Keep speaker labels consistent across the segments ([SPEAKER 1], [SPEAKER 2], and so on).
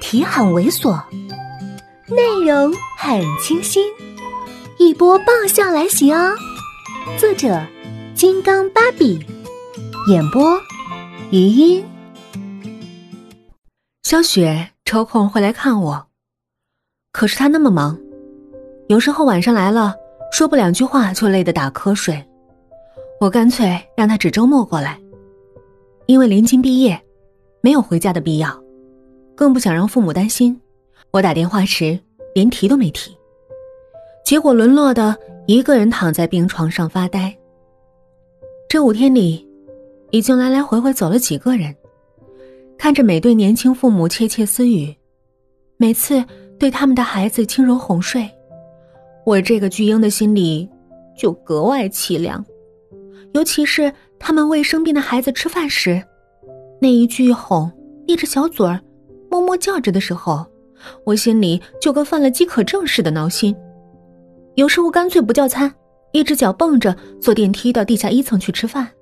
[SPEAKER 1] 题很猥琐，内容很清新，一波爆笑来袭哦！作者金刚芭比，演播余音。
[SPEAKER 2] 小雪抽空会来看我，可是她那么忙，有时候晚上来了，说不两句话就累得打瞌睡。我干脆让她只周末过来，因为临近毕业，没有回家的必要，更不想让父母担心。我打电话时连提都没提，结果沦落的一个人躺在病床上发呆。这5天里，已经来来回回走了几个人，看着每对年轻父母窃窃私语，每次对他们的孩子轻柔哄睡，我这个巨婴的心里就格外凄凉。尤其是他们喂生病的孩子吃饭时，那一句哄，咧着小嘴儿默默叫着的时候，我心里就跟犯了饥渴症似的挠心。有时候干脆不叫餐，一只脚蹦着坐电梯到地下1层去吃饭。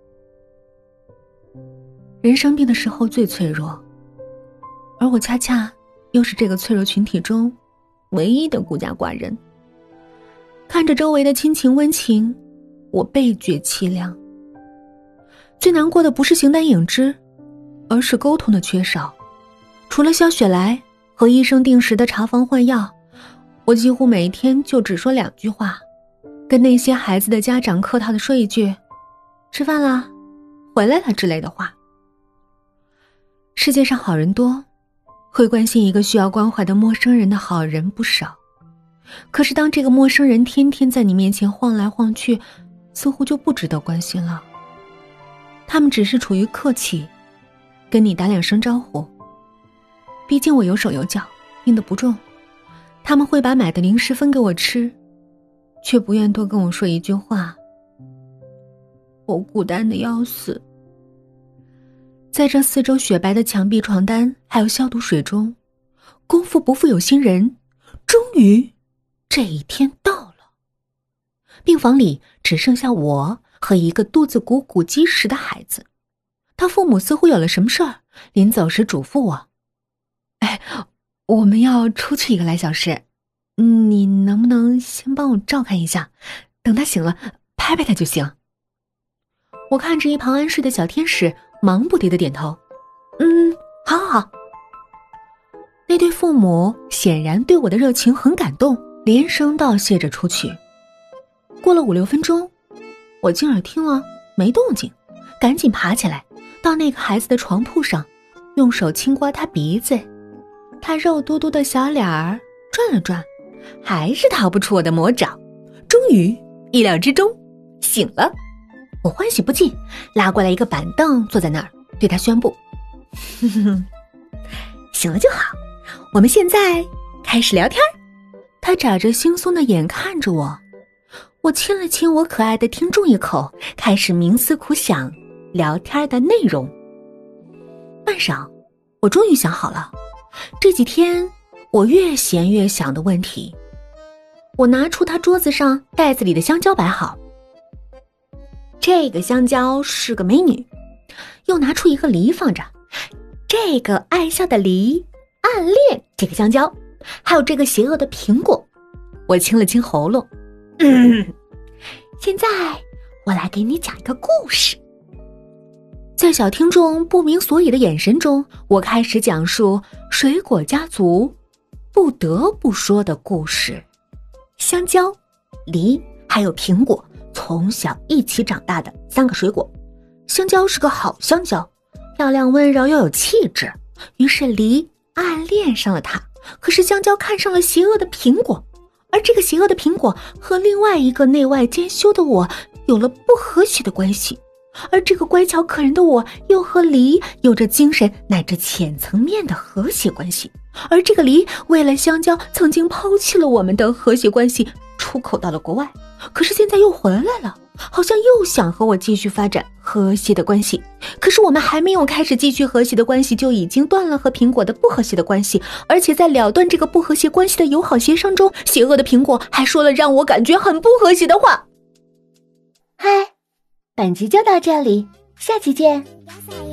[SPEAKER 2] 人生病的时候最脆弱，而我恰恰又是这个脆弱群体中唯一的孤家寡人。看着周围的亲情温情，我倍觉凄凉。最难过的不是形单影只，而是沟通的缺少。除了小雪来和医生定时的查房换药，我几乎每天就只说2句话，跟那些孩子的家长客套的说一句吃饭啦，回来了之类的话。世界上好人多，会关心一个需要关怀的陌生人的好人不少，可是当这个陌生人天天在你面前晃来晃去，似乎就不值得关心了。他们只是处于客气，跟你打2声招呼。毕竟我有手有脚，病得不重，他们会把买的零食分给我吃，却不愿多跟我说一句话。我孤单的要死。在这4周雪白的墙壁、床单还有消毒水中，功夫不负有心人，终于这一天到了。病房里只剩下我和一个肚子鼓鼓积实的孩子，他父母似乎有了什么事儿，临走时嘱咐我，我们要出去1个来小时，你能不能先帮我照看一下，等他醒了拍拍他就行。我看着一旁安睡的小天使，忙不迭地点头，好好好。那对父母显然对我的热情很感动，连声道谢着出去。过了5-6分钟，我静耳听了没动静，赶紧爬起来，到那个孩子的床铺上，用手轻刮他鼻子。他肉嘟嘟的小脸儿转了转，还是逃不出我的魔爪。终于意料之中醒了。我欢喜不尽，拉过来一个板凳坐在那儿，对他宣布醒了就好，我们现在开始聊天。他眨着惺忪的眼看着我，我亲了亲我可爱的听众一口，开始冥思苦想聊天的内容。半晌，我终于想好了这几天我越闲越想的问题。我拿出他桌子上袋子里的香蕉摆好，这个香蕉是个美女，又拿出一个梨放着，这个爱笑的梨暗恋这个香蕉，还有这个邪恶的苹果。我清了清喉咙，现在我来给你讲一个故事。在小听众不明所以的眼神中，我开始讲述水果家族不得不说的故事。香蕉、梨还有苹果从小一起长大的3个水果。香蕉是个好香蕉，漂亮温柔又有气质，于是梨暗恋上了它。可是香蕉看上了邪恶的苹果，而这个邪恶的苹果和另外一个内外兼修的我有了不和谐的关系，而这个乖巧可人的我又和梨有着精神乃至浅层面的和谐关系，而这个梨为了香蕉曾经抛弃了我们的和谐关系，出口到了国外，可是现在又回来了，好像又想和我继续发展和谐的关系。可是我们还没有开始继续和谐的关系，就已经断了和苹果的不和谐的关系，而且在了断这个不和谐关系的友好协商中，邪恶的苹果还说了让我感觉很不和谐的话。
[SPEAKER 1] 嗨，本集就到这里，下期见。